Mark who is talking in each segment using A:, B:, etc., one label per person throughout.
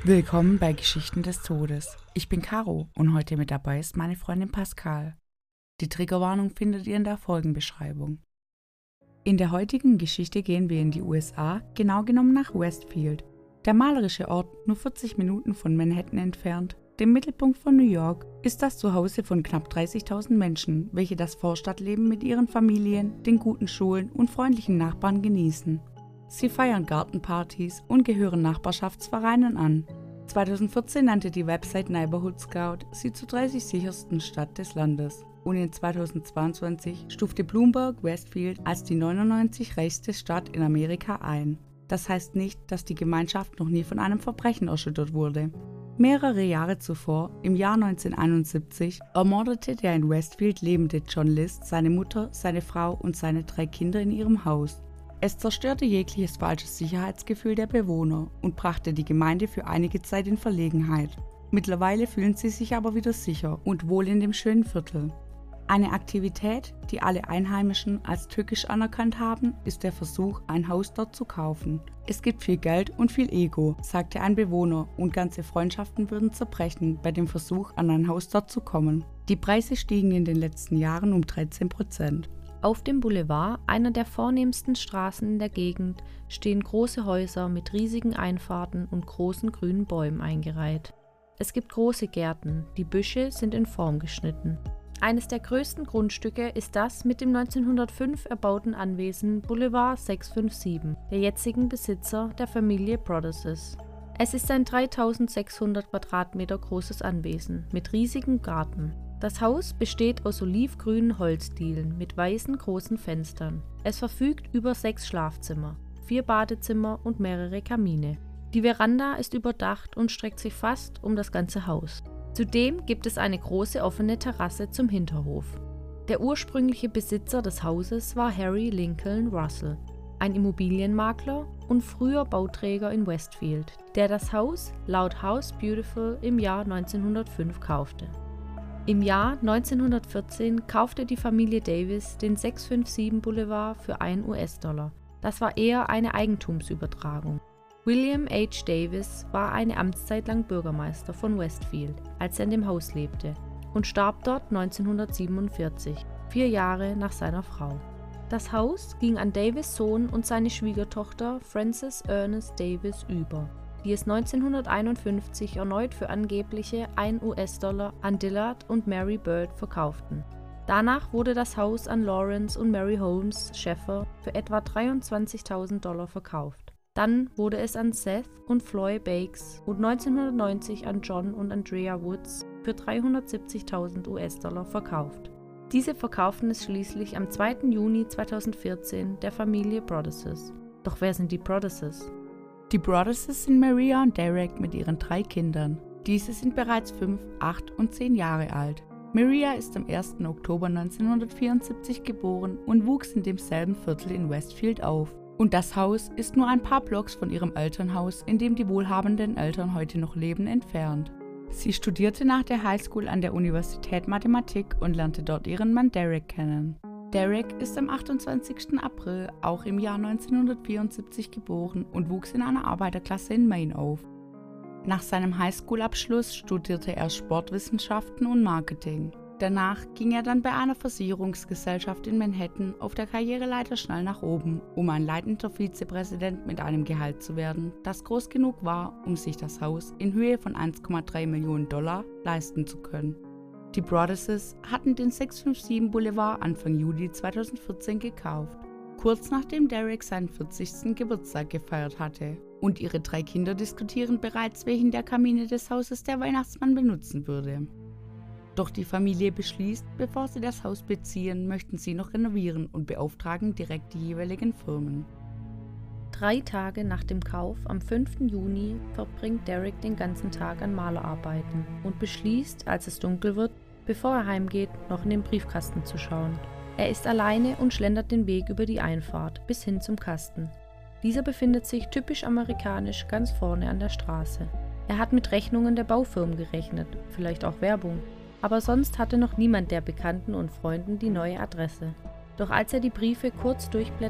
A: Willkommen bei Geschichten des Todes. Ich bin Caro und heute mit dabei ist meine Freundin Pascal. Die Triggerwarnung findet ihr in der Folgenbeschreibung. In der heutigen Geschichte gehen wir in die USA, genau genommen nach Westfield. Der malerische Ort, nur 40 Minuten von Manhattan entfernt, dem Mittelpunkt von New York, ist das Zuhause von knapp 30.000 Menschen, welche das Vorstadtleben mit ihren Familien, den guten Schulen und freundlichen Nachbarn genießen. Sie feiern Gartenpartys und gehören Nachbarschaftsvereinen an. 2014 nannte die Website Neighborhood Scout sie zur 30 sichersten Stadt des Landes. Und in 2022 stufte Bloomberg Westfield als die 99 reichste Stadt in Amerika ein. Das heißt nicht, dass die Gemeinschaft noch nie von einem Verbrechen erschüttert wurde. Mehrere Jahre zuvor, im Jahr 1971, ermordete der in Westfield lebende John List seine Mutter, seine Frau und seine 3 Kinder in ihrem Haus. Es zerstörte jegliches falsches Sicherheitsgefühl der Bewohner und brachte die Gemeinde für einige Zeit in Verlegenheit. Mittlerweile fühlen sie sich aber wieder sicher und wohl in dem schönen Viertel. Eine Aktivität, die alle Einheimischen als tückisch anerkannt haben, ist der Versuch, ein Haus dort zu kaufen. Es gibt viel Geld und viel Ego, sagte ein Bewohner, und ganze Freundschaften würden zerbrechen bei dem Versuch, an ein Haus dort zu kommen. Die Preise stiegen in den letzten Jahren um 13%.
B: Auf dem Boulevard, einer der vornehmsten Straßen in der Gegend, stehen große Häuser mit riesigen Einfahrten und großen grünen Bäumen eingereiht. Es gibt große Gärten, die Büsche sind in Form geschnitten. Eines der größten Grundstücke ist das mit dem 1905 erbauten Anwesen Boulevard 657, der jetzigen Besitzer der Familie Broderses. Es ist ein 3600 Quadratmeter großes Anwesen mit riesigem Garten. Das Haus besteht aus olivgrünen Holzdielen mit weißen großen Fenstern. Es verfügt über 6 Schlafzimmer, 4 Badezimmer und mehrere Kamine. Die Veranda ist überdacht und streckt sich fast um das ganze Haus. Zudem gibt es eine große offene Terrasse zum Hinterhof. Der ursprüngliche Besitzer des Hauses war Harry Lincoln Russell, ein Immobilienmakler und früher Bauträger in Westfield, der das Haus laut House Beautiful im Jahr 1905 kaufte. Im Jahr 1914 kaufte die Familie Davis den 657 Boulevard für $1. Das war eher eine Eigentumsübertragung. William H. Davis war eine Amtszeit lang Bürgermeister von Westfield, als er in dem Haus lebte, und starb dort 1947, 4 Jahre nach seiner Frau. Das Haus ging an Davis' Sohn und seine Schwiegertochter Frances Ernest Davis über, die es 1951 erneut für angebliche $1 an Dillard und Mary Bird verkauften. Danach wurde das Haus an Lawrence und Mary Holmes Scheffer für etwa $23.000 verkauft. Dann wurde es an Seth und Floy Bakes und 1990 an John und Andrea Woods für $370.000 verkauft. Diese verkauften es schließlich am 2. Juni 2014 der Familie Broderses. Doch wer sind die Broderses?
A: Die Broderses sind Maria und Derek mit ihren 3 Kindern. Diese sind bereits 5, 8 und 10 Jahre alt. Maria ist am 1. Oktober 1974 geboren und wuchs in demselben Viertel in Westfield auf. Und das Haus ist nur ein paar Blocks von ihrem Elternhaus, in dem die wohlhabenden Eltern heute noch leben, entfernt. Sie studierte nach der Highschool an der Universität Mathematik und lernte dort ihren Mann Derek kennen. Derek ist am 28. April auch im Jahr 1974 geboren und wuchs in einer Arbeiterklasse in Maine auf. Nach seinem Highschool-Abschluss studierte er Sportwissenschaften und Marketing. Danach ging er dann bei einer Versicherungsgesellschaft in Manhattan auf der Karriereleiter schnell nach oben, um ein leitender Vizepräsident mit einem Gehalt zu werden, das groß genug war, um sich das Haus in Höhe von $1,3 Millionen leisten zu können. Die Broderses hatten den 657 Boulevard Anfang Juli 2014 gekauft, kurz nachdem Derek seinen 40. Geburtstag gefeiert hatte. Und ihre 3 Kinder diskutieren bereits, welchen der Kamine des Hauses der Weihnachtsmann benutzen würde. Doch die Familie beschließt, bevor sie das Haus beziehen, möchten sie noch renovieren und beauftragen direkt die jeweiligen Firmen.
B: 3 Tage nach dem Kauf, am 5. Juni, verbringt Derek den ganzen Tag an Malerarbeiten und beschließt, als es dunkel wird, bevor er heimgeht, noch in den Briefkasten zu schauen. Er ist alleine und schlendert den Weg über die Einfahrt bis hin zum Kasten. Dieser befindet sich typisch amerikanisch ganz vorne an der Straße. Er hat mit Rechnungen der Baufirmen gerechnet, vielleicht auch Werbung, aber sonst hatte noch niemand der Bekannten und Freunden die neue Adresse. Doch als er die Briefe kurz durchblättert,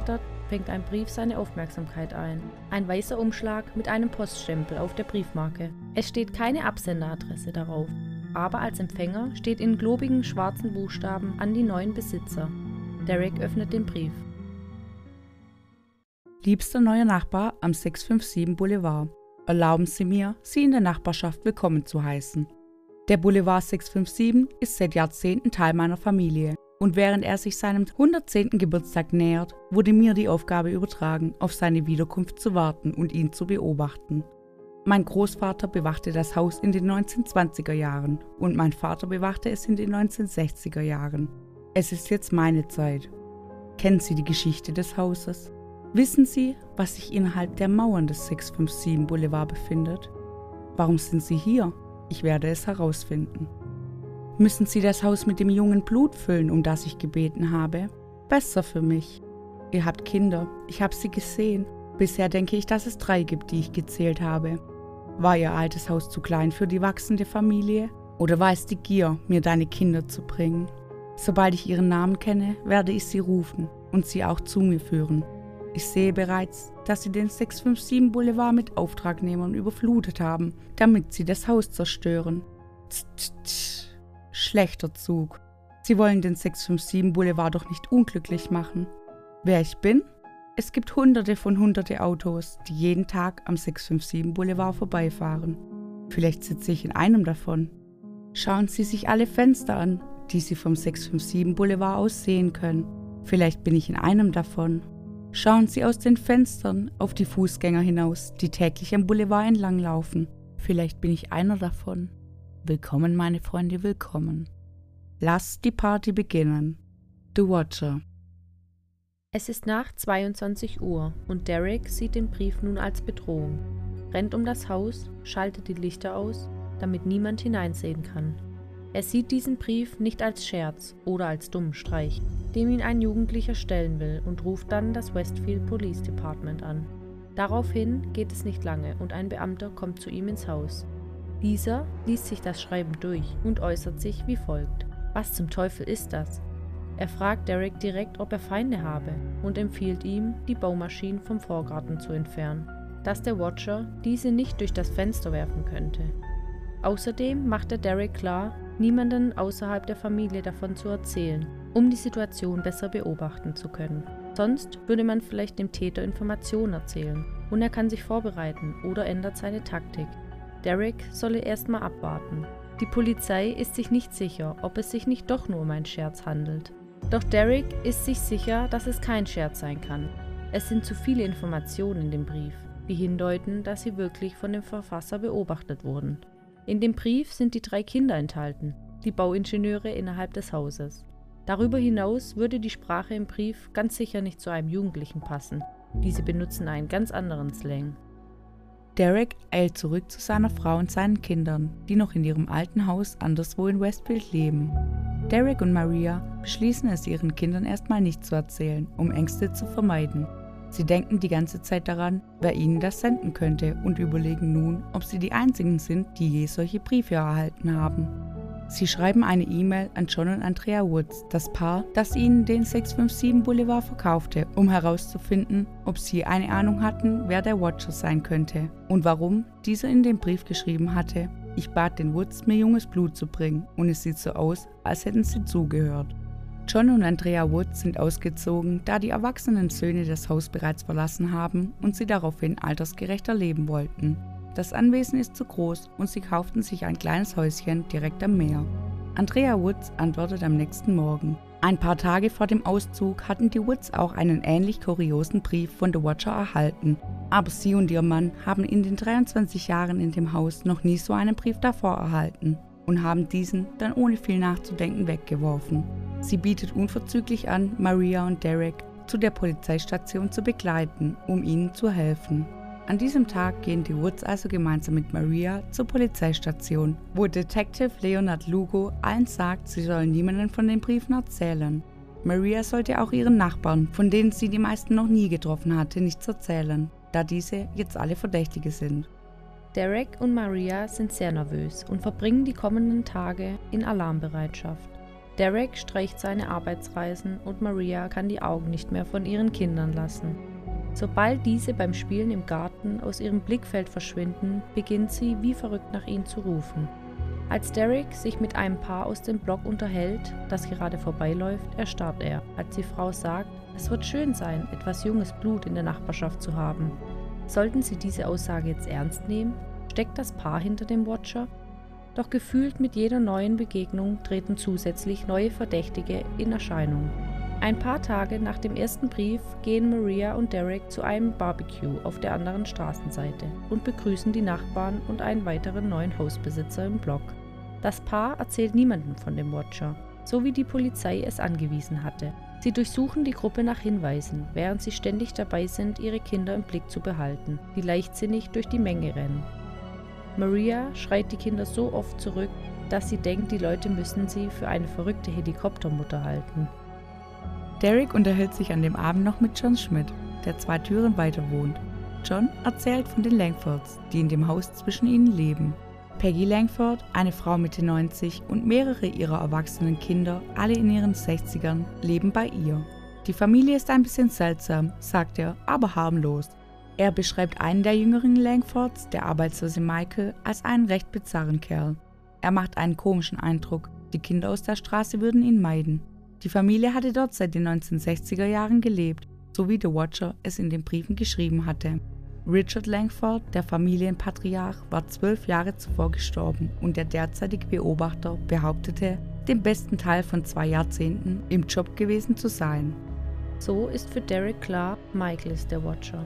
B: fängt ein Brief seine Aufmerksamkeit ein. Ein weißer Umschlag mit einem Poststempel auf der Briefmarke. Es steht keine Absenderadresse darauf, aber als Empfänger steht in globigen schwarzen Buchstaben an die neuen Besitzer. Derek öffnet den Brief.
A: Liebster neuer Nachbar am 657 Boulevard, erlauben Sie mir, Sie in der Nachbarschaft willkommen zu heißen. Der Boulevard 657 ist seit Jahrzehnten Teil meiner Familie und während er sich seinem 110. Geburtstag nähert, wurde mir die Aufgabe übertragen, auf seine Wiederkunft zu warten und ihn zu beobachten. Mein Großvater bewachte das Haus in den 1920er Jahren und mein Vater bewachte es in den 1960er Jahren. Es ist jetzt meine Zeit. Kennen Sie die Geschichte des Hauses? Wissen Sie, was sich innerhalb der Mauern des 657 Boulevard befindet? Warum sind Sie hier? Ich werde es herausfinden. Müssen Sie das Haus mit dem jungen Blut füllen, um das ich gebeten habe? Besser für mich. Ihr habt Kinder, ich habe sie gesehen. Bisher denke ich, dass es 3 gibt, die ich gezählt habe. War Ihr altes Haus zu klein für die wachsende Familie? Oder war es die Gier, mir deine Kinder zu bringen? Sobald ich ihren Namen kenne, werde ich sie rufen und sie auch zu mir führen. Ich sehe bereits, dass sie den 657 Boulevard mit Auftragnehmern überflutet haben, damit sie das Haus zerstören. Schlechter Zug. Sie wollen den 657 Boulevard doch nicht unglücklich machen. Wer ich bin? Es gibt hunderte Autos, die jeden Tag am 657 Boulevard vorbeifahren. Vielleicht sitze ich in einem davon. Schauen Sie sich alle Fenster an, die Sie vom 657 Boulevard aus sehen können. Vielleicht bin ich in einem davon. Schauen Sie aus den Fenstern auf die Fußgänger hinaus, die täglich am Boulevard entlanglaufen. Vielleicht bin ich einer davon. Willkommen, meine Freunde, willkommen. Lasst die Party beginnen. The Watcher.
B: Es ist nach 22 Uhr und Derek sieht den Brief nun als Bedrohung. Rennt um das Haus, schaltet die Lichter aus, damit niemand hineinsehen kann. Er sieht diesen Brief nicht als Scherz oder als dummen Streich, dem ihn ein Jugendlicher stellen will, und ruft dann das Westfield Police Department an. Daraufhin geht es nicht lange und ein Beamter kommt zu ihm ins Haus. Dieser liest sich das Schreiben durch und äußert sich wie folgt: Was zum Teufel ist das? Er fragt Derek direkt, ob er Feinde habe, und empfiehlt ihm, die Baumaschinen vom Vorgarten zu entfernen, dass der Watcher diese nicht durch das Fenster werfen könnte. Außerdem macht er Derek klar, niemanden außerhalb der Familie davon zu erzählen, um die Situation besser beobachten zu können. Sonst würde man vielleicht dem Täter Informationen erzählen und er kann sich vorbereiten oder ändert seine Taktik. Derek solle erstmal abwarten. Die Polizei ist sich nicht sicher, ob es sich nicht doch nur um einen Scherz handelt. Doch Derek ist sich sicher, dass es kein Scherz sein kann. Es sind zu viele Informationen in dem Brief, die hindeuten, dass sie wirklich von dem Verfasser beobachtet wurden. In dem Brief sind die 3 Kinder enthalten, die Bauingenieure innerhalb des Hauses. Darüber hinaus würde die Sprache im Brief ganz sicher nicht zu einem Jugendlichen passen. Diese benutzen einen ganz anderen Slang.
A: Derek eilt zurück zu seiner Frau und seinen Kindern, die noch in ihrem alten Haus anderswo in Westfield leben. Derek und Maria beschließen es ihren Kindern erstmal nicht zu erzählen, um Ängste zu vermeiden. Sie denken die ganze Zeit daran, wer ihnen das senden könnte und überlegen nun, ob sie die einzigen sind, die je solche Briefe erhalten haben. Sie schreiben eine E-Mail an John und Andrea Woods, das Paar, das ihnen den 657 Boulevard verkaufte, um herauszufinden, ob sie eine Ahnung hatten, wer der Watcher sein könnte und warum dieser in dem Brief geschrieben hatte: Ich bat den Woods, mir junges Blut zu bringen, und es sieht so aus, als hätten sie zugehört. John und Andrea Woods sind ausgezogen, da die erwachsenen Söhne das Haus bereits verlassen haben und sie daraufhin altersgerechter leben wollten. Das Anwesen ist zu groß und sie kauften sich ein kleines Häuschen direkt am Meer. Andrea Woods antwortet am nächsten Morgen. Ein paar Tage vor dem Auszug hatten die Woods auch einen ähnlich kuriosen Brief von The Watcher erhalten, aber sie und ihr Mann haben in den 23 Jahren in dem Haus noch nie so einen Brief davor erhalten und haben diesen dann ohne viel nachzudenken weggeworfen. Sie bietet unverzüglich an, Maria und Derek zu der Polizeistation zu begleiten, um ihnen zu helfen. An diesem Tag gehen die Woods also gemeinsam mit Maria zur Polizeistation, wo Detective Leonard Lugo allen sagt, sie sollen niemanden von den Briefen erzählen. Maria sollte auch ihren Nachbarn, von denen sie die meisten noch nie getroffen hatte, nichts erzählen, da diese jetzt alle Verdächtige sind.
B: Derek und Maria sind sehr nervös und verbringen die kommenden Tage in Alarmbereitschaft. Derek streicht seine Arbeitsreisen und Maria kann die Augen nicht mehr von ihren Kindern lassen. Sobald diese beim Spielen im Garten aus ihrem Blickfeld verschwinden, beginnt sie wie verrückt nach ihnen zu rufen. Als Derek sich mit einem Paar aus dem Block unterhält, das gerade vorbeiläuft, erstarrt er, als die Frau sagt, es wird schön sein, etwas junges Blut in der Nachbarschaft zu haben. Sollten sie diese Aussage jetzt ernst nehmen? Steckt das Paar hinter dem Watcher? Doch gefühlt mit jeder neuen Begegnung treten zusätzlich neue Verdächtige in Erscheinung. Ein paar Tage nach dem ersten Brief gehen Maria und Derek zu einem Barbecue auf der anderen Straßenseite und begrüßen die Nachbarn und einen weiteren neuen Hausbesitzer im Block. Das Paar erzählt niemandem von dem Watcher, so wie die Polizei es angewiesen hatte. Sie durchsuchen die Gruppe nach Hinweisen, während sie ständig dabei sind, ihre Kinder im Blick zu behalten, die leichtsinnig durch die Menge rennen. Maria schreit die Kinder so oft zurück, dass sie denkt, die Leute müssen sie für eine verrückte Helikoptermutter halten.
A: Derek unterhält sich an dem Abend noch mit John Schmidt, der 2 Türen weiter wohnt. John erzählt von den Langfords, die in dem Haus zwischen ihnen leben. Peggy Langford, eine Frau Mitte 90 und mehrere ihrer erwachsenen Kinder, alle in ihren 60ern, leben bei ihr. Die Familie ist ein bisschen seltsam, sagt er, aber harmlos. Er beschreibt einen der jüngeren Langfords, der arbeitslose Michael, als einen recht bizarren Kerl. Er macht einen komischen Eindruck, die Kinder aus der Straße würden ihn meiden. Die Familie hatte dort seit den 1960er Jahren gelebt, so wie The Watcher es in den Briefen geschrieben hatte. Richard Langford, der Familienpatriarch, war 12 Jahre zuvor gestorben und der derzeitige Beobachter behauptete, den besten Teil von 2 Jahrzehnten im Job gewesen zu sein.
B: So ist für Derek klar, Michael ist der Watcher.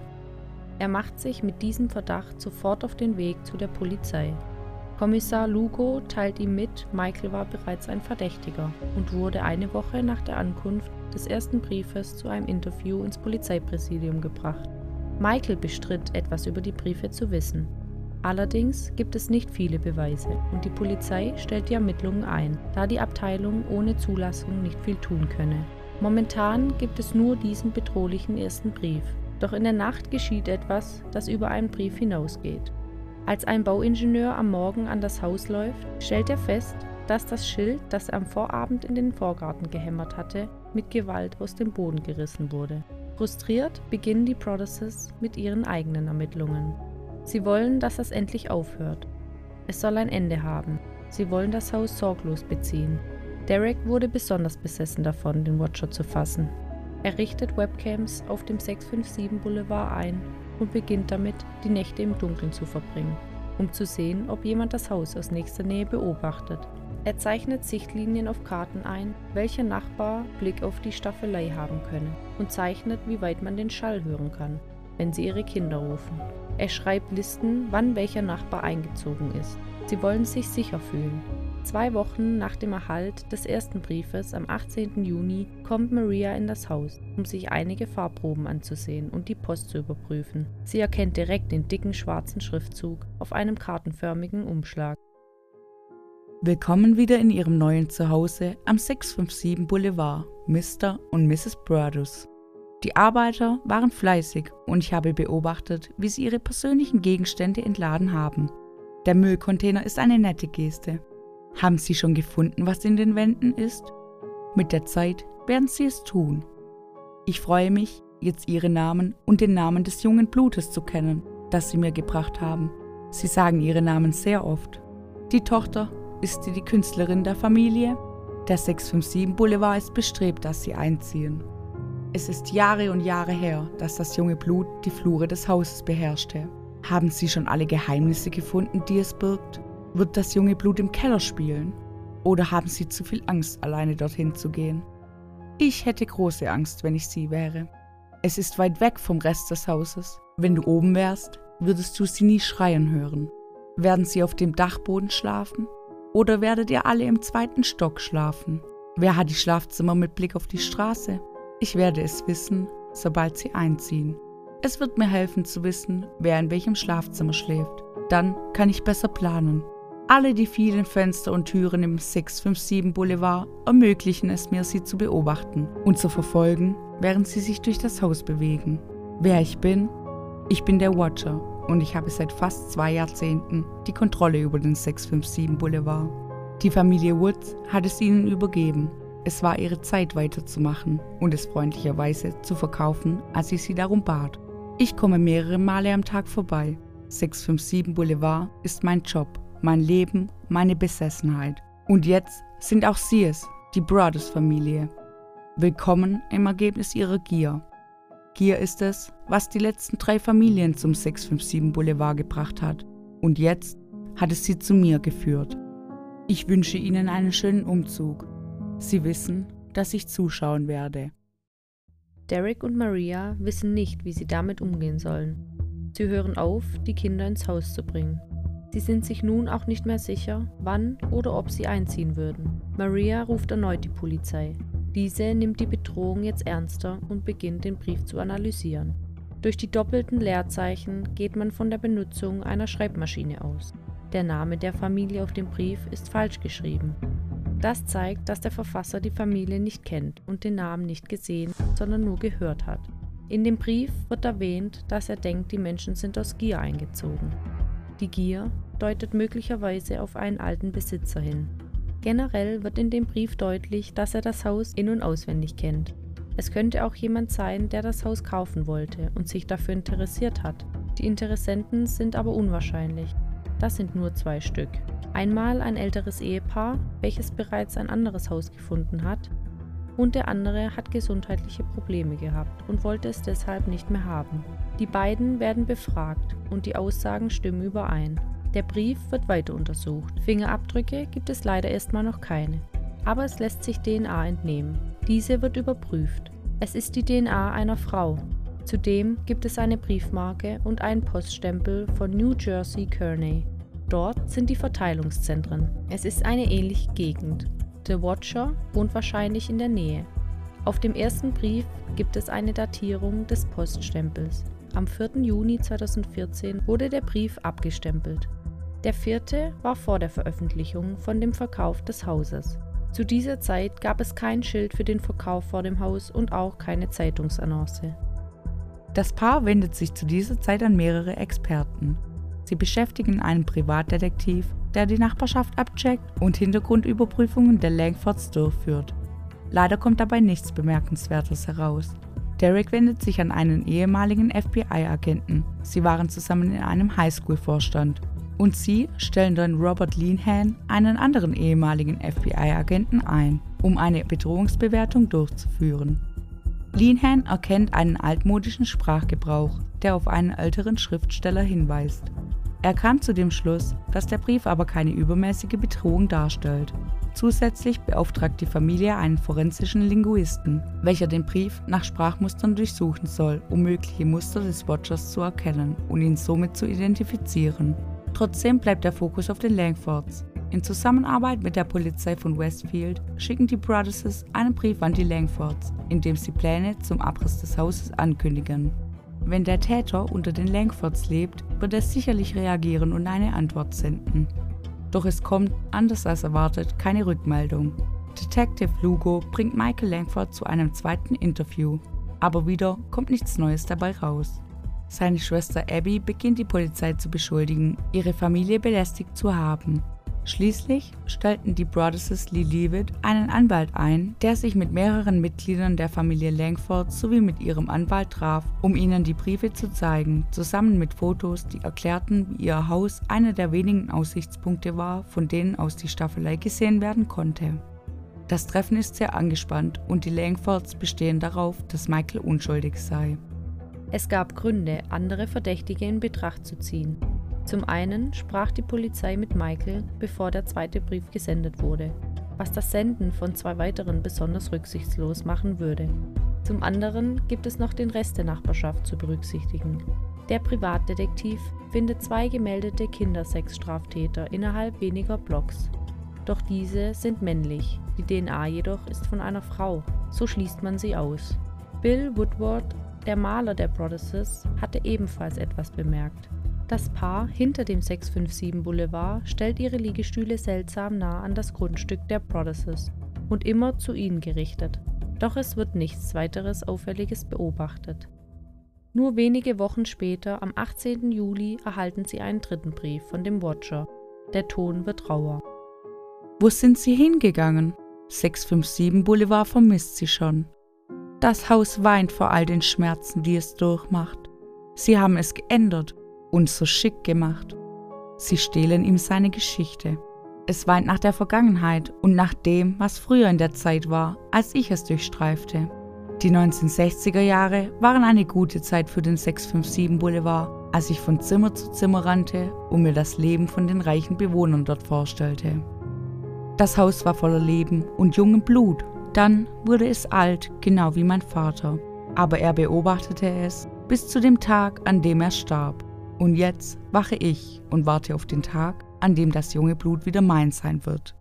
B: Er macht sich mit diesem Verdacht sofort auf den Weg zu der Polizei. Kommissar Lugo teilt ihm mit, Michael war bereits ein Verdächtiger und wurde eine Woche nach der Ankunft des ersten Briefes zu einem Interview ins Polizeipräsidium gebracht. Michael bestritt, etwas über die Briefe zu wissen. Allerdings gibt es nicht viele Beweise und die Polizei stellt die Ermittlungen ein, da die Abteilung ohne Zulassung nicht viel tun könne. Momentan gibt es nur diesen bedrohlichen ersten Brief, doch in der Nacht geschieht etwas, das über einen Brief hinausgeht. Als ein Bauingenieur am Morgen an das Haus läuft, stellt er fest, dass das Schild, das er am Vorabend in den Vorgarten gehämmert hatte, mit Gewalt aus dem Boden gerissen wurde. Frustriert beginnen die Protesters mit ihren eigenen Ermittlungen. Sie wollen, dass das endlich aufhört. Es soll ein Ende haben. Sie wollen das Haus sorglos beziehen. Derek wurde besonders besessen davon, den Watcher zu fassen. Er richtet Webcams auf dem 657 Boulevard ein und beginnt damit, die Nächte im Dunkeln zu verbringen, um zu sehen, ob jemand das Haus aus nächster Nähe beobachtet. Er zeichnet Sichtlinien auf Karten ein, welcher Nachbar Blick auf die Staffelei haben könne, und zeichnet, wie weit man den Schall hören kann, wenn sie ihre Kinder rufen. Er schreibt Listen, wann welcher Nachbar eingezogen ist. Sie wollen sich sicher fühlen. 2 Wochen nach dem Erhalt des ersten Briefes am 18. Juni kommt Maria in das Haus, um sich einige Farbproben anzusehen und die Post zu überprüfen. Sie erkennt direkt den dicken schwarzen Schriftzug auf einem kartenförmigen Umschlag.
A: Willkommen wieder in ihrem neuen Zuhause am 657 Boulevard, Mr. und Mrs. Brothers. Die Arbeiter waren fleißig und ich habe beobachtet, wie sie ihre persönlichen Gegenstände entladen haben. Der Müllcontainer ist eine nette Geste. Haben Sie schon gefunden, was in den Wänden ist? Mit der Zeit werden Sie es tun. Ich freue mich, jetzt Ihre Namen und den Namen des jungen Blutes zu kennen, das Sie mir gebracht haben. Sie sagen Ihre Namen sehr oft. Die Tochter, ist sie die Künstlerin der Familie? Der 657 Boulevard ist bestrebt, dass Sie einziehen. Es ist Jahre und Jahre her, dass das junge Blut die Flure des Hauses beherrschte. Haben Sie schon alle Geheimnisse gefunden, die es birgt? Wird das junge Blut im Keller spielen? Oder haben Sie zu viel Angst, alleine dorthin zu gehen? Ich hätte große Angst, wenn ich Sie wäre. Es ist weit weg vom Rest des Hauses. Wenn du oben wärst, würdest du sie nie schreien hören. Werden Sie auf dem Dachboden schlafen? Oder werdet ihr alle im 2. Stock schlafen? Wer hat die Schlafzimmer mit Blick auf die Straße? Ich werde es wissen, sobald Sie einziehen. Es wird mir helfen zu wissen, wer in welchem Schlafzimmer schläft. Dann kann ich besser planen. Alle die vielen Fenster und Türen im 657 Boulevard ermöglichen es mir, sie zu beobachten und zu verfolgen, während sie sich durch das Haus bewegen. Wer ich bin? Ich bin der Watcher und ich habe seit fast 2 Jahrzehnten die Kontrolle über den 657 Boulevard. Die Familie Woods hat es ihnen übergeben. Es war ihre Zeit weiterzumachen und es freundlicherweise zu verkaufen, als ich sie darum bat. Ich komme mehrere Male am Tag vorbei. 657 Boulevard ist mein Job, mein Leben, meine Besessenheit. Und jetzt sind auch sie es, die Broaddus-Familie. Willkommen im Ergebnis ihrer Gier. Gier ist es, was die letzten 3 Familien zum 657 Boulevard gebracht hat. Und jetzt hat es sie zu mir geführt. Ich wünsche Ihnen einen schönen Umzug. Sie wissen, dass ich zuschauen werde.
B: Derek und Maria wissen nicht, wie sie damit umgehen sollen. Sie hören auf, die Kinder ins Haus zu bringen. Sie sind sich nun auch nicht mehr sicher, wann oder ob sie einziehen würden. Maria ruft erneut die Polizei. Diese nimmt die Bedrohung jetzt ernster und beginnt, den Brief zu analysieren. Durch die doppelten Leerzeichen geht man von der Benutzung einer Schreibmaschine aus. Der Name der Familie auf dem Brief ist falsch geschrieben. Das zeigt, dass der Verfasser die Familie nicht kennt und den Namen nicht gesehen, sondern nur gehört hat. In dem Brief wird erwähnt, dass er denkt, die Menschen sind aus Gier eingezogen. Die Gier deutet möglicherweise auf einen alten Besitzer hin. Generell wird in dem Brief deutlich, dass er das Haus in- und auswendig kennt. Es könnte auch jemand sein, der das Haus kaufen wollte und sich dafür interessiert hat. Die Interessenten sind aber unwahrscheinlich. Das sind nur 2 Stück. Einmal ein älteres Ehepaar, welches bereits ein anderes Haus gefunden hat, und der andere hat gesundheitliche Probleme gehabt und wollte es deshalb nicht mehr haben. Die beiden werden befragt und die Aussagen stimmen überein. Der Brief wird weiter untersucht. Fingerabdrücke gibt es leider erstmal noch keine. Aber es lässt sich DNA entnehmen. Diese wird überprüft. Es ist die DNA einer Frau. Zudem gibt es eine Briefmarke und einen Poststempel von New Jersey Kearney. Dort sind die Verteilungszentren. Es ist eine ähnliche Gegend. The Watcher wohnt wahrscheinlich in der Nähe. Auf dem ersten Brief gibt es eine Datierung des Poststempels. Am 4. Juni 2014 wurde der Brief abgestempelt. Der 4. war vor der Veröffentlichung von dem Verkauf des Hauses. Zu dieser Zeit gab es kein Schild für den Verkauf vor dem Haus und auch keine Zeitungsannonce.
A: Das Paar wendet sich zu dieser Zeit an mehrere Experten. Sie beschäftigen einen Privatdetektiv, der die Nachbarschaft abcheckt und Hintergrundüberprüfungen der Langfords durchführt. Leider kommt dabei nichts Bemerkenswertes heraus. Derek wendet sich an einen ehemaligen FBI-Agenten. Sie waren zusammen in einem Highschool-Vorstand. Und sie stellen dann Robert Leanhan, einen anderen ehemaligen FBI-Agenten, ein, um eine Bedrohungsbewertung durchzuführen. Leanhan erkennt einen altmodischen Sprachgebrauch, der auf einen älteren Schriftsteller hinweist. Er kam zu dem Schluss, dass der Brief aber keine übermäßige Bedrohung darstellt. Zusätzlich beauftragt die Familie einen forensischen Linguisten, welcher den Brief nach Sprachmustern durchsuchen soll, um mögliche Muster des Watchers zu erkennen und ihn somit zu identifizieren. Trotzdem bleibt der Fokus auf den Langfords. In Zusammenarbeit mit der Polizei von Westfield schicken die Brothers einen Brief an die Langfords, in dem sie Pläne zum Abriss des Hauses ankündigen. Wenn der Täter unter den Langfords lebt, wird er sicherlich reagieren und eine Antwort senden. Doch es kommt, anders als erwartet, keine Rückmeldung. Detective Lugo bringt Michael Langford zu einem zweiten Interview, aber wieder kommt nichts Neues dabei raus. Seine Schwester Abby beginnt die Polizei zu beschuldigen, ihre Familie belästigt zu haben. Schließlich stellten die Brothers Lee Leavitt einen Anwalt ein, der sich mit mehreren Mitgliedern der Familie Langford sowie mit ihrem Anwalt traf, um ihnen die Briefe zu zeigen, zusammen mit Fotos, die erklärten, wie ihr Haus einer der wenigen Aussichtspunkte war, von denen aus die Staffelei gesehen werden konnte. Das Treffen ist sehr angespannt und die Langfords bestehen darauf, dass Michael unschuldig sei.
B: Es gab Gründe, andere Verdächtige in Betracht zu ziehen. Zum einen sprach die Polizei mit Michael, bevor der zweite Brief gesendet wurde, was das Senden von 2 weiteren besonders rücksichtslos machen würde. Zum anderen gibt es noch den Rest der Nachbarschaft zu berücksichtigen. Der Privatdetektiv findet 2 gemeldete Kindersexstraftäter innerhalb weniger Blocks. Doch diese sind männlich, die DNA jedoch ist von einer Frau, so schließt man sie aus. Bill Woodward, der Maler der Brothers, hatte ebenfalls etwas bemerkt. Das Paar hinter dem 657 Boulevard stellt ihre Liegestühle seltsam nah an das Grundstück der Brothers und immer zu ihnen gerichtet. Doch es wird nichts weiteres Auffälliges beobachtet. Nur wenige Wochen später, am 18. Juli, erhalten sie einen dritten Brief von dem Watcher. Der Ton wird rauer.
A: Wo sind sie hingegangen? 657 Boulevard vermisst sie schon. Das Haus weint vor all den Schmerzen, die es durchmacht. Sie haben es geändert und so schick gemacht. Sie stehlen ihm seine Geschichte. Es weint nach der Vergangenheit und nach dem, was früher in der Zeit war, als ich es durchstreifte. Die 1960er Jahre waren eine gute Zeit für den 657 Boulevard, als ich von Zimmer zu Zimmer rannte und mir das Leben von den reichen Bewohnern dort vorstellte. Das Haus war voller Leben und jungem Blut. Dann wurde es alt, genau wie mein Vater. Aber er beobachtete es bis zu dem Tag, an dem er starb. Und jetzt wache ich und warte auf den Tag, an dem das junge Blut wieder mein sein wird.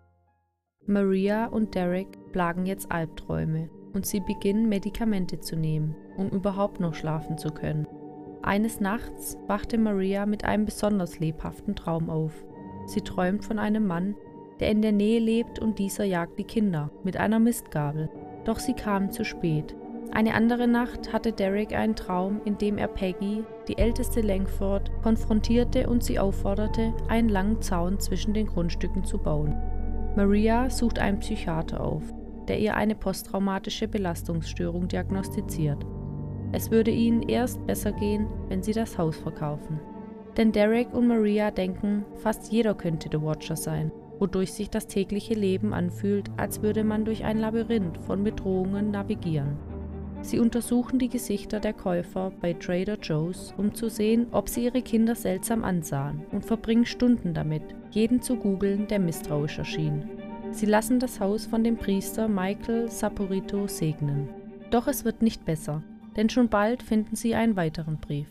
B: Maria und Derek plagen jetzt Albträume und sie beginnen Medikamente zu nehmen, um überhaupt noch schlafen zu können. Eines Nachts wachte Maria mit einem besonders lebhaften Traum auf. Sie träumt von einem Mann, der in der Nähe lebt und dieser jagt die Kinder mit einer Mistgabel. Doch sie kamen zu spät. Eine andere Nacht hatte Derek einen Traum, in dem er Peggy, die älteste Langford, konfrontierte und sie aufforderte, einen langen Zaun zwischen den Grundstücken zu bauen. Maria sucht einen Psychiater auf, der ihr eine posttraumatische Belastungsstörung diagnostiziert. Es würde ihnen erst besser gehen, wenn sie das Haus verkaufen. Denn Derek und Maria denken, fast jeder könnte The Watcher sein, wodurch sich das tägliche Leben anfühlt, als würde man durch ein Labyrinth von Bedrohungen navigieren. Sie untersuchen die Gesichter der Käufer bei Trader Joe's, um zu sehen, ob sie ihre Kinder seltsam ansahen, und verbringen Stunden damit, jeden zu googeln, der misstrauisch erschien. Sie lassen das Haus von dem Priester Michael Saporito segnen. Doch es wird nicht besser, denn schon bald finden sie einen weiteren Brief.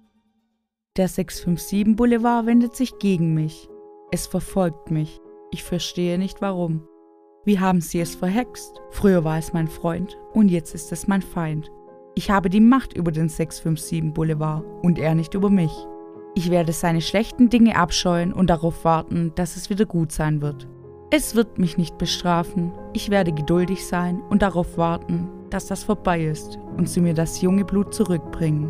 A: Der 657 Boulevard wendet sich gegen mich. Es verfolgt mich. Ich verstehe nicht warum. Wie haben sie es verhext? Früher war es mein Freund und jetzt ist es mein Feind. Ich habe die Macht über den 657 Boulevard und er nicht über mich. Ich werde seine schlechten Dinge abscheuen und darauf warten, dass es wieder gut sein wird. Es wird mich nicht bestrafen. Ich werde geduldig sein und darauf warten, dass das vorbei ist und sie mir das junge Blut zurückbringen.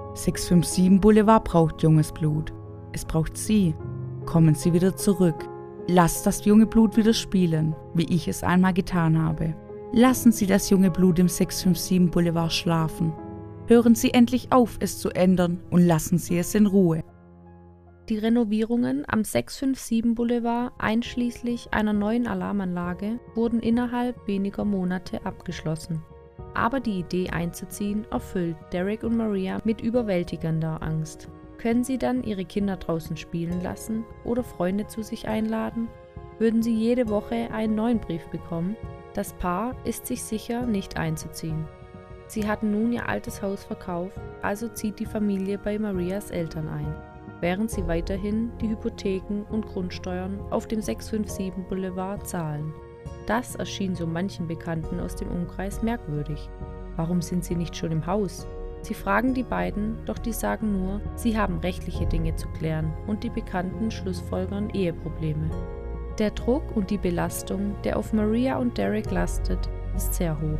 A: 657 Boulevard braucht junges Blut. Es braucht sie. Kommen Sie wieder zurück. Lasst das junge Blut wieder spielen, wie ich es einmal getan habe. Lassen Sie das junge Blut im 657 Boulevard schlafen. Hören Sie endlich auf, es zu ändern und lassen Sie es in Ruhe.
B: Die Renovierungen am 657 Boulevard einschließlich einer neuen Alarmanlage wurden innerhalb weniger Monate abgeschlossen. Aber die Idee einzuziehen erfüllt Derek und Maria mit überwältigender Angst. Können sie dann ihre Kinder draußen spielen lassen oder Freunde zu sich einladen? Würden sie jede Woche einen neuen Brief bekommen? Das Paar ist sich sicher, nicht einzuziehen. Sie hatten nun ihr altes Haus verkauft, also zieht die Familie bei Marias Eltern ein, während sie weiterhin die Hypotheken und Grundsteuern auf dem 657 Boulevard zahlen. Das erschien so manchen Bekannten aus dem Umkreis merkwürdig. Warum sind sie nicht schon im Haus? Sie fragen die beiden, doch die sagen nur, sie haben rechtliche Dinge zu klären und die Bekannten schlussfolgern Eheprobleme. Der Druck und die Belastung, der auf Maria und Derek lastet, ist sehr hoch.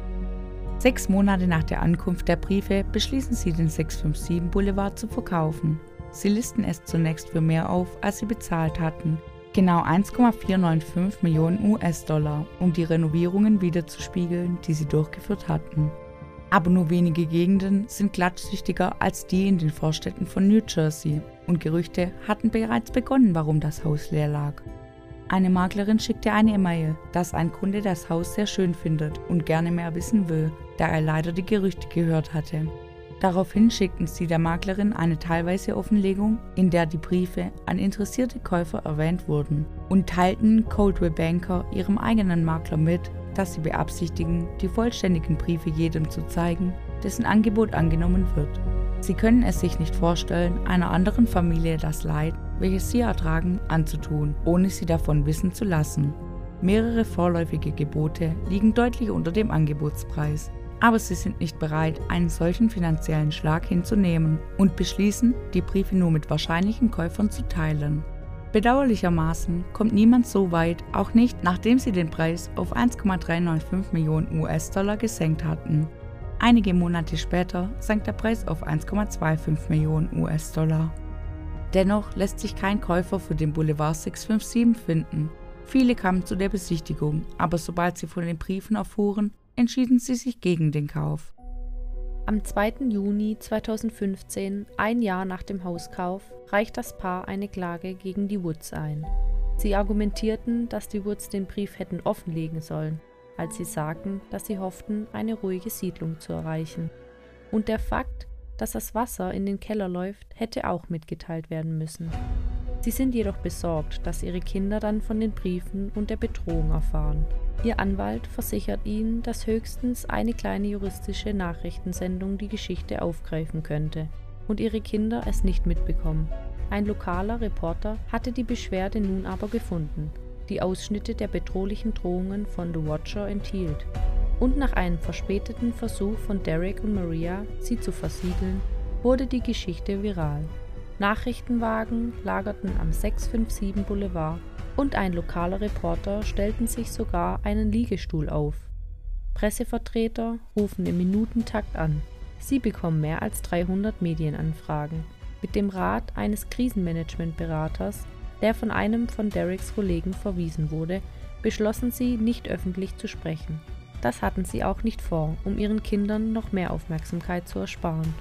A: 6 Monate nach der Ankunft der Briefe beschließen sie, den 657 Boulevard zu verkaufen. Sie listen es zunächst für mehr auf, als sie bezahlt hatten. Genau 1,495 Millionen US-Dollar, um die Renovierungen wiederzuspiegeln, die sie durchgeführt hatten. Aber nur wenige Gegenden sind glattsüchtiger als die in den Vorstädten von New Jersey und Gerüchte hatten bereits begonnen, warum das Haus leer lag. Eine Maklerin schickte eine E-Mail, dass ein Kunde das Haus sehr schön findet und gerne mehr wissen will, da er leider die Gerüchte gehört hatte. Daraufhin schickten sie der Maklerin eine teilweise Offenlegung, in der die Briefe an interessierte Käufer erwähnt wurden und teilten Coldwell Banker ihrem eigenen Makler mit, dass sie beabsichtigen, die vollständigen Briefe jedem zu zeigen, dessen Angebot angenommen wird. Sie können es sich nicht vorstellen, einer anderen Familie das Leid, welches sie ertragen, anzutun, ohne sie davon wissen zu lassen. Mehrere vorläufige Gebote liegen deutlich unter dem Angebotspreis, aber sie sind nicht bereit, einen solchen finanziellen Schlag hinzunehmen und beschließen, die Briefe nur mit wahrscheinlichen Käufern zu teilen. Bedauerlichermaßen kommt niemand so weit, auch nicht, nachdem sie den Preis auf 1,395 Millionen US-Dollar gesenkt hatten. Einige Monate später sank der Preis auf 1,25 Millionen US-Dollar. Dennoch lässt sich kein Käufer für den Boulevard 657 finden. Viele kamen zu der Besichtigung, aber sobald sie von den Briefen erfuhren, entschieden sie sich gegen den Kauf.
B: Am 2. Juni 2015, ein Jahr nach dem Hauskauf, reicht das Paar eine Klage gegen die Woods ein. Sie argumentierten, dass die Woods den Brief hätten offenlegen sollen, als sie sagten, dass sie hofften, eine ruhige Siedlung zu erreichen. Und der Fakt, dass das Wasser in den Keller läuft, hätte auch mitgeteilt werden müssen. Sie sind jedoch besorgt, dass ihre Kinder dann von den Briefen und der Bedrohung erfahren. Ihr Anwalt versichert ihnen, dass höchstens eine kleine juristische Nachrichtensendung die Geschichte aufgreifen könnte und ihre Kinder es nicht mitbekommen. Ein lokaler Reporter hatte die Beschwerde nun aber gefunden, die Ausschnitte der bedrohlichen Drohungen von The Watcher enthielt. Und nach einem verspäteten Versuch von Derek und Maria, sie zu versiegeln, wurde die Geschichte viral. Nachrichtenwagen lagerten am 657 Boulevard und ein lokaler Reporter stellten sich sogar einen Liegestuhl auf. Pressevertreter rufen im Minutentakt an. Sie bekommen mehr als 300 Medienanfragen. Mit dem Rat eines Krisenmanagementberaters, der von einem von Dereks Kollegen verwiesen wurde, beschlossen sie, nicht öffentlich zu sprechen. Das hatten sie auch nicht vor, um ihren Kindern noch mehr Aufmerksamkeit zu ersparen.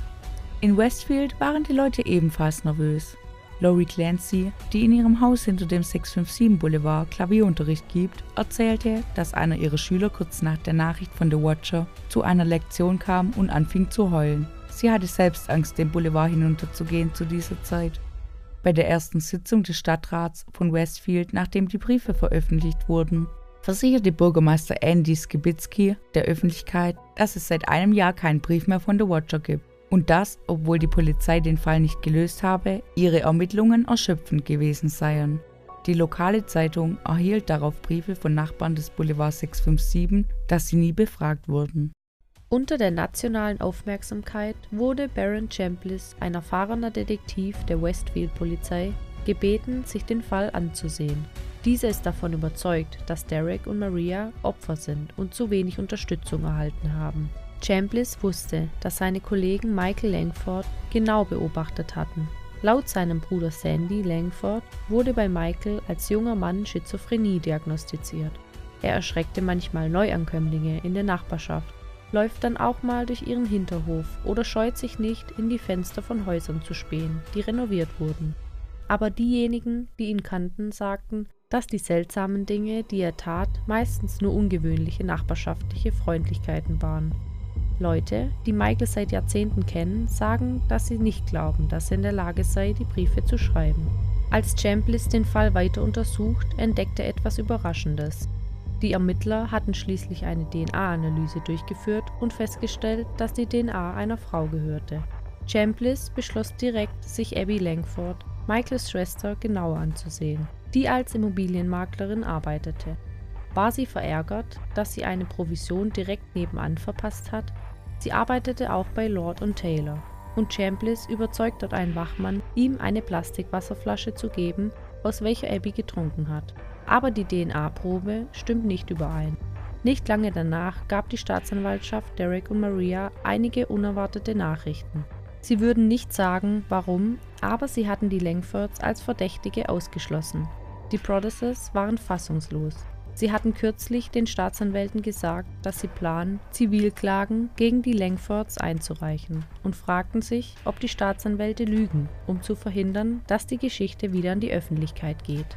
A: In Westfield waren die Leute ebenfalls nervös. Lori Clancy, die in ihrem Haus hinter dem 657 Boulevard Klavierunterricht gibt, erzählte, dass einer ihrer Schüler kurz nach der Nachricht von The Watcher zu einer Lektion kam und anfing zu heulen. Sie hatte selbst Angst, den Boulevard hinunterzugehen zu dieser Zeit. Bei der ersten Sitzung des Stadtrats von Westfield, nachdem die Briefe veröffentlicht wurden, versicherte Bürgermeister Andy Skibitzky der Öffentlichkeit, dass es seit einem Jahr keinen Brief mehr von The Watcher gibt. Und das, obwohl die Polizei den Fall nicht gelöst habe, ihre Ermittlungen erschöpfend gewesen seien. Die lokale Zeitung erhielt darauf Briefe von Nachbarn des Boulevards 657, dass sie nie befragt wurden.
B: Unter der nationalen Aufmerksamkeit wurde Baron Chambliss, ein erfahrener Detektiv der Westfield-Polizei, gebeten, sich den Fall anzusehen. Dieser ist davon überzeugt, dass Derek und Maria Opfer sind und zu wenig Unterstützung erhalten haben. Chambliss wusste, dass seine Kollegen Michael Langford genau beobachtet hatten. Laut seinem Bruder Sandy Langford wurde bei Michael als junger Mann Schizophrenie diagnostiziert. Er erschreckte manchmal Neuankömmlinge in der Nachbarschaft, läuft dann auch mal durch ihren Hinterhof oder scheut sich nicht, in die Fenster von Häusern zu spähen, die renoviert wurden. Aber diejenigen, die ihn kannten, sagten, dass die seltsamen Dinge, die er tat, meistens nur ungewöhnliche nachbarschaftliche Freundlichkeiten waren. Leute, die Michael seit Jahrzehnten kennen, sagen, dass sie nicht glauben, dass er in der Lage sei, die Briefe zu schreiben. Als Chambliss den Fall weiter untersucht, entdeckt er etwas Überraschendes. Die Ermittler hatten schließlich eine DNA-Analyse durchgeführt und festgestellt, dass die DNA einer Frau gehörte. Chambliss beschloss direkt, sich Abby Langford, Michaels Schwester, genauer anzusehen, die als Immobilienmaklerin arbeitete. War sie verärgert, dass sie eine Provision direkt nebenan verpasst hat? Sie arbeitete auch bei Lord & Taylor und Chambliss überzeugt dort einen Wachmann, ihm eine Plastikwasserflasche zu geben, aus welcher Abby getrunken hat. Aber die DNA-Probe stimmt nicht überein. Nicht lange danach gab die Staatsanwaltschaft Derek und Maria einige unerwartete Nachrichten. Sie würden nicht sagen, warum, aber sie hatten die Langfords als Verdächtige ausgeschlossen. Die Broderses waren fassungslos. Sie hatten kürzlich den Staatsanwälten gesagt, dass sie planen, Zivilklagen gegen die Langfords einzureichen und fragten sich, ob die Staatsanwälte lügen, um zu verhindern, dass die Geschichte wieder an die Öffentlichkeit geht.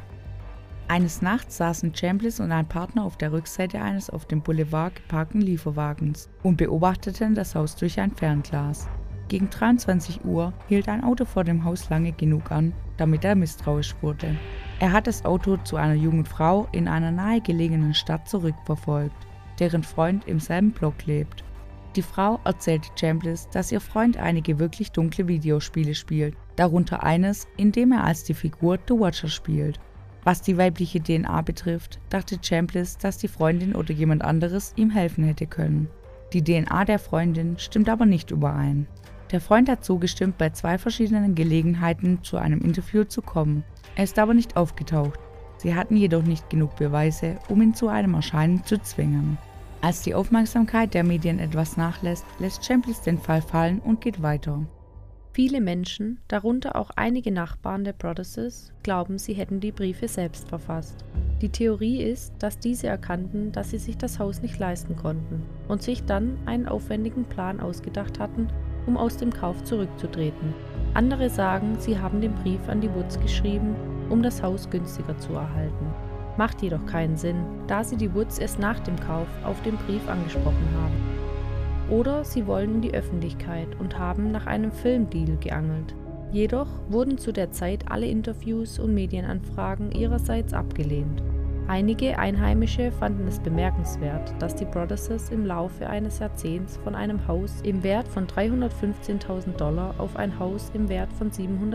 A: Eines Nachts saßen Chambliss und ein Partner auf der Rückseite eines auf dem Boulevard geparkten Lieferwagens und beobachteten das Haus durch ein Fernglas. Gegen 23 Uhr hielt ein Auto vor dem Haus lange genug an, damit er misstrauisch wurde. Er hat das Auto zu einer jungen Frau in einer nahegelegenen Stadt zurückverfolgt, deren Freund im selben Block lebt. Die Frau erzählte Chambliss, dass ihr Freund einige wirklich dunkle Videospiele spielt, darunter eines, in dem er als die Figur The Watcher spielt. Was die weibliche DNA betrifft, dachte Chambliss, dass die Freundin oder jemand anderes ihm helfen hätte können. Die DNA der Freundin stimmt aber nicht überein. Der Freund hat zugestimmt, bei 2 verschiedenen Gelegenheiten zu einem Interview zu kommen. Er ist aber nicht aufgetaucht. Sie hatten jedoch nicht genug Beweise, um ihn zu einem Erscheinen zu zwingen. Als die Aufmerksamkeit der Medien etwas nachlässt, lässt Chambliss den Fall fallen und geht weiter.
B: Viele Menschen, darunter auch einige Nachbarn der Broderses, glauben, sie hätten die Briefe selbst verfasst. Die Theorie ist, dass diese erkannten, dass sie sich das Haus nicht leisten konnten und sich dann einen aufwendigen Plan ausgedacht hatten, um aus dem Kauf zurückzutreten. Andere sagen, sie haben den Brief an die Woods geschrieben, um das Haus günstiger zu erhalten. Macht jedoch keinen Sinn, da sie die Woods erst nach dem Kauf auf den Brief angesprochen haben. Oder sie wollen in die Öffentlichkeit und haben nach einem Filmdeal geangelt. Jedoch wurden zu der Zeit alle Interviews und Medienanfragen ihrerseits abgelehnt. Einige Einheimische fanden es bemerkenswert, dass die Broderses im Laufe eines Jahrzehnts von einem Haus im Wert von $315.000 auf ein Haus im Wert von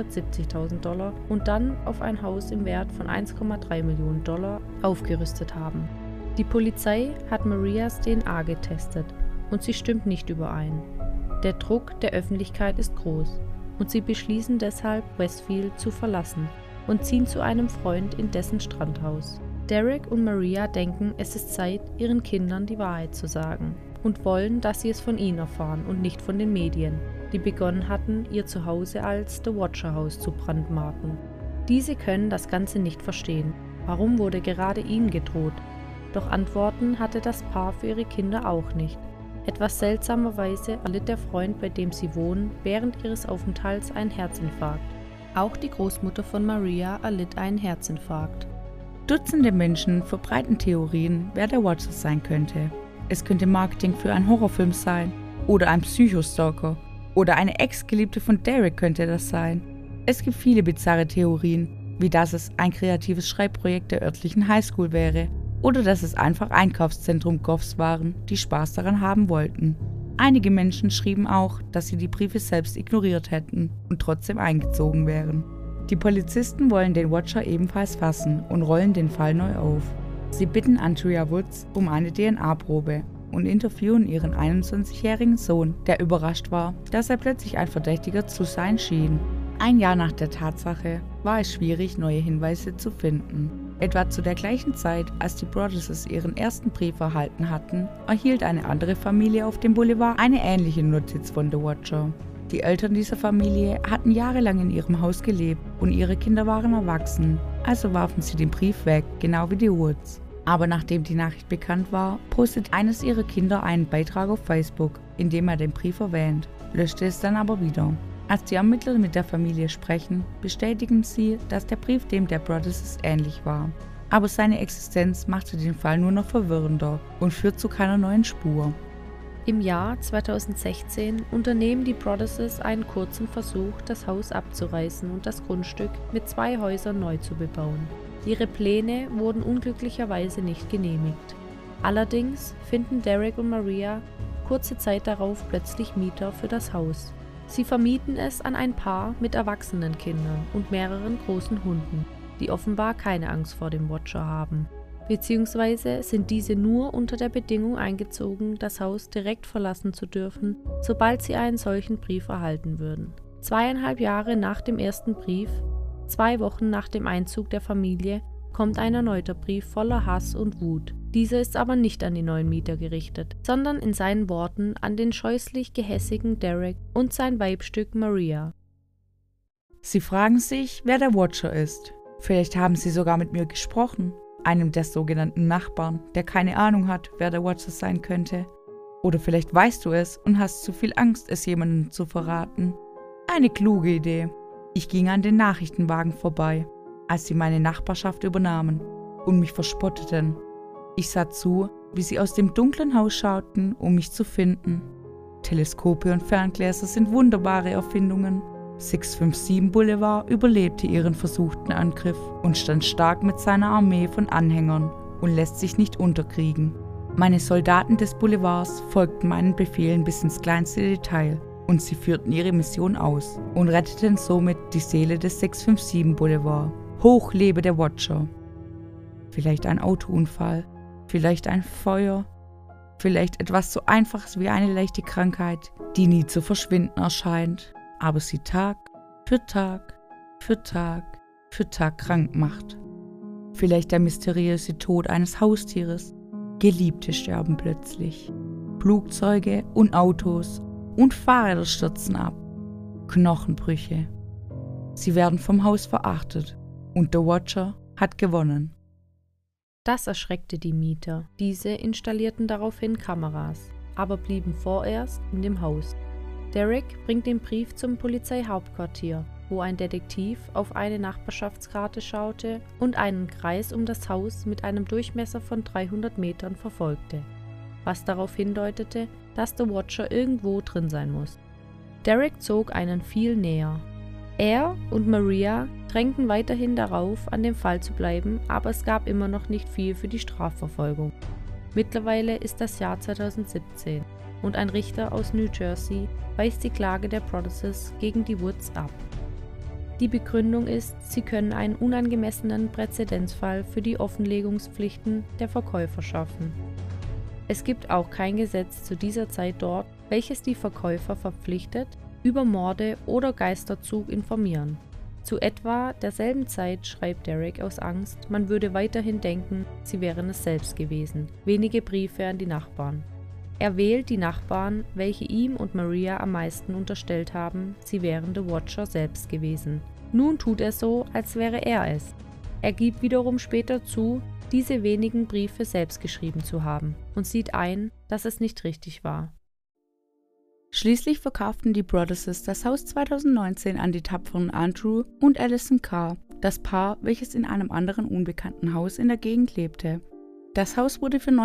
B: $770.000 und dann auf ein Haus im Wert von $1,3 Millionen aufgerüstet haben. Die Polizei hat Marias DNA getestet und sie stimmt nicht überein. Der Druck der Öffentlichkeit ist groß und sie beschließen deshalb, Westfield zu verlassen und ziehen zu einem Freund in dessen Strandhaus. Derek und Maria denken, es ist Zeit, ihren Kindern die Wahrheit zu sagen und wollen, dass sie es von ihnen erfahren und nicht von den Medien, die begonnen hatten, ihr Zuhause als The Watcher House zu brandmarken. Diese können das Ganze nicht verstehen. Warum wurde gerade ihnen gedroht? Doch Antworten hatte das Paar für ihre Kinder auch nicht. Etwas seltsamerweise erlitt der Freund, bei dem sie wohnen, während ihres Aufenthalts einen Herzinfarkt. Auch die Großmutter von Maria erlitt einen Herzinfarkt.
A: Dutzende Menschen verbreiten Theorien, wer der Watcher sein könnte. Es könnte Marketing für einen Horrorfilm sein oder ein Psychostalker oder eine Ex-Geliebte von Derek könnte das sein. Es gibt viele bizarre Theorien, wie dass es ein kreatives Schreibprojekt der örtlichen Highschool wäre oder dass es einfach Einkaufszentrum Goths waren, die Spaß daran haben wollten. Einige Menschen schrieben auch, dass sie die Briefe selbst ignoriert hätten und trotzdem eingezogen wären. Die Polizisten wollen den Watcher ebenfalls fassen und rollen den Fall neu auf. Sie bitten Andrea Woods um eine DNA-Probe und interviewen ihren 21-jährigen Sohn, der überrascht war, dass er plötzlich ein Verdächtiger zu sein schien. Ein Jahr nach der Tatsache war es schwierig, neue Hinweise zu finden. Etwa zu der gleichen Zeit, als die Broderses ihren ersten Brief erhalten hatten, erhielt eine andere Familie auf dem Boulevard eine ähnliche Notiz von The Watcher. Die Eltern dieser Familie hatten jahrelang in ihrem Haus gelebt und ihre Kinder waren erwachsen, also warfen sie den Brief weg, genau wie die Woods. Aber nachdem die Nachricht bekannt war, postet eines ihrer Kinder einen Beitrag auf Facebook, in dem er den Brief erwähnt, löschte es dann aber wieder. Als die Ermittler mit der Familie sprechen, bestätigen sie, dass der Brief dem der Broderses ähnlich war. Aber seine Existenz machte den Fall nur noch verwirrender und führt zu keiner neuen Spur.
B: Im Jahr 2016 unternehmen die Broderses einen kurzen Versuch, das Haus abzureißen und das Grundstück mit 2 Häusern neu zu bebauen. Ihre Pläne wurden unglücklicherweise nicht genehmigt. Allerdings finden Derek und Maria kurze Zeit darauf plötzlich Mieter für das Haus. Sie vermieten es an ein Paar mit erwachsenen Kindern und mehreren großen Hunden, die offenbar keine Angst vor dem Watcher haben. Beziehungsweise sind diese nur unter der Bedingung eingezogen, das Haus direkt verlassen zu dürfen, sobald sie einen solchen Brief erhalten würden. 2,5 Jahre nach dem ersten Brief, 2 Wochen nach dem Einzug der Familie, kommt ein erneuter Brief voller Hass und Wut. Dieser ist aber nicht an die neuen Mieter gerichtet, sondern in seinen Worten an den scheußlich gehässigen Derek und sein Weibstück Maria.
A: Sie fragen sich, wer der Watcher ist. Vielleicht haben sie sogar mit mir gesprochen, einem der sogenannten Nachbarn, der keine Ahnung hat, wer der Watcher sein könnte. Oder vielleicht weißt du es und hast zu viel Angst, es jemandem zu verraten. Eine kluge Idee. Ich ging an den Nachrichtenwagen vorbei, als sie meine Nachbarschaft übernahmen und mich verspotteten. Ich sah zu, wie sie aus dem dunklen Haus schauten, um mich zu finden. Teleskope und Ferngläser sind wunderbare Erfindungen. 657 Boulevard überlebte ihren versuchten Angriff und stand stark mit seiner Armee von Anhängern und lässt sich nicht unterkriegen. Meine Soldaten des Boulevards folgten meinen Befehlen bis ins kleinste Detail und sie führten ihre Mission aus und retteten somit die Seele des 657 Boulevard. Hoch lebe der Watcher! Vielleicht ein Autounfall, vielleicht ein Feuer, vielleicht etwas so Einfaches wie eine leichte Krankheit, die nie zu verschwinden erscheint, aber sie Tag für Tag für Tag für Tag krank macht. Vielleicht der mysteriöse Tod eines Haustieres. Geliebte sterben plötzlich. Flugzeuge und Autos und Fahrräder stürzen ab. Knochenbrüche. Sie werden vom Haus verachtet und The Watcher hat gewonnen.
B: Das erschreckte die Mieter. Diese installierten daraufhin Kameras, aber blieben vorerst in dem Haus. Derek bringt den Brief zum Polizeihauptquartier, wo ein Detektiv auf eine Nachbarschaftskarte schaute und einen Kreis um das Haus mit einem Durchmesser von 300 Metern verfolgte, was darauf hindeutete, dass The Watcher irgendwo drin sein muss. Derek zog einen viel näher. Er und Maria drängten weiterhin darauf, an dem Fall zu bleiben, aber es gab immer noch nicht viel für die Strafverfolgung. Mittlerweile ist das Jahr 2017 und ein Richter aus New Jersey weist die Klage der Broaddusses gegen die Woods ab. Die Begründung ist, sie können einen unangemessenen Präzedenzfall für die Offenlegungspflichten der Verkäufer schaffen. Es gibt auch kein Gesetz zu dieser Zeit dort, welches die Verkäufer verpflichtet, über Morde oder Geister zu informieren. Zu etwa derselben Zeit schreibt Derek aus Angst, man würde weiterhin denken, sie wären es selbst gewesen. Wenige Briefe an die Nachbarn. Er wählt die Nachbarn, welche ihm und Maria am meisten unterstellt haben, sie wären The Watcher selbst gewesen. Nun tut er so, als wäre er es. Er gibt wiederum später zu, diese wenigen Briefe selbst geschrieben zu haben und sieht ein, dass es nicht richtig war.
A: Schließlich verkauften die Broaddusses das Haus 2019 an die tapferen Andrew und Allison Carr, das Paar, welches in einem anderen unbekannten Haus in der Gegend lebte. Das Haus wurde für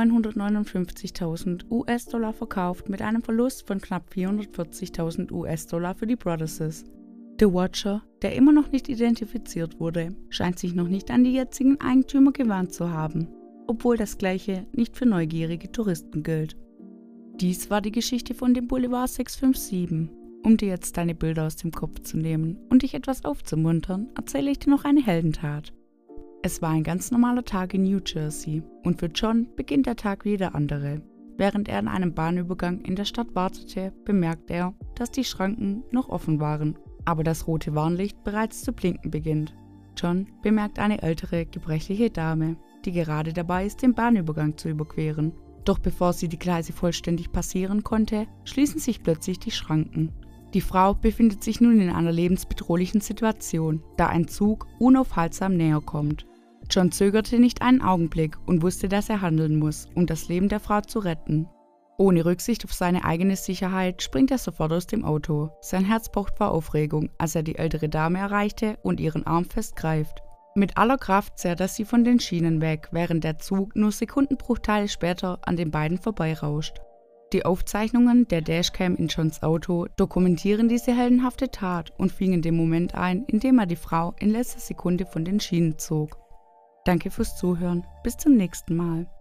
A: 959.000 US-Dollar verkauft, mit einem Verlust von knapp 440.000 US-Dollar für die Broaddusses. The Watcher, der immer noch nicht identifiziert wurde, scheint sich noch nicht an die jetzigen Eigentümer gewarnt zu haben, obwohl das Gleiche nicht für neugierige Touristen gilt. Dies war die Geschichte von dem Boulevard 657. Um dir jetzt deine Bilder aus dem Kopf zu nehmen und dich etwas aufzumuntern, erzähle ich dir noch eine Heldentat. Es war ein ganz normaler Tag in New Jersey und für John beginnt der Tag wie der andere. Während er an einem Bahnübergang in der Stadt wartete, bemerkt er, dass die Schranken noch offen waren, aber das rote Warnlicht bereits zu blinken beginnt. John bemerkt eine ältere, gebrechliche Dame, die gerade dabei ist, den Bahnübergang zu überqueren. Doch bevor sie die Gleise vollständig passieren konnte, schließen sich plötzlich die Schranken. Die Frau befindet sich nun in einer lebensbedrohlichen Situation, da ein Zug unaufhaltsam näher kommt. John zögerte nicht einen Augenblick und wusste, dass er handeln muss, um das Leben der Frau zu retten. Ohne Rücksicht auf seine eigene Sicherheit springt er sofort aus dem Auto. Sein Herz pocht vor Aufregung, als er die ältere Dame erreichte und ihren Arm festgreift. Mit aller Kraft zerrt er sie von den Schienen weg, während der Zug nur Sekundenbruchteile später an den beiden vorbeirauscht. Die Aufzeichnungen der Dashcam in Johns Auto dokumentieren diese heldenhafte Tat und fingen den Moment ein, in dem er die Frau in letzter Sekunde von den Schienen zog. Danke fürs Zuhören. Bis zum nächsten Mal.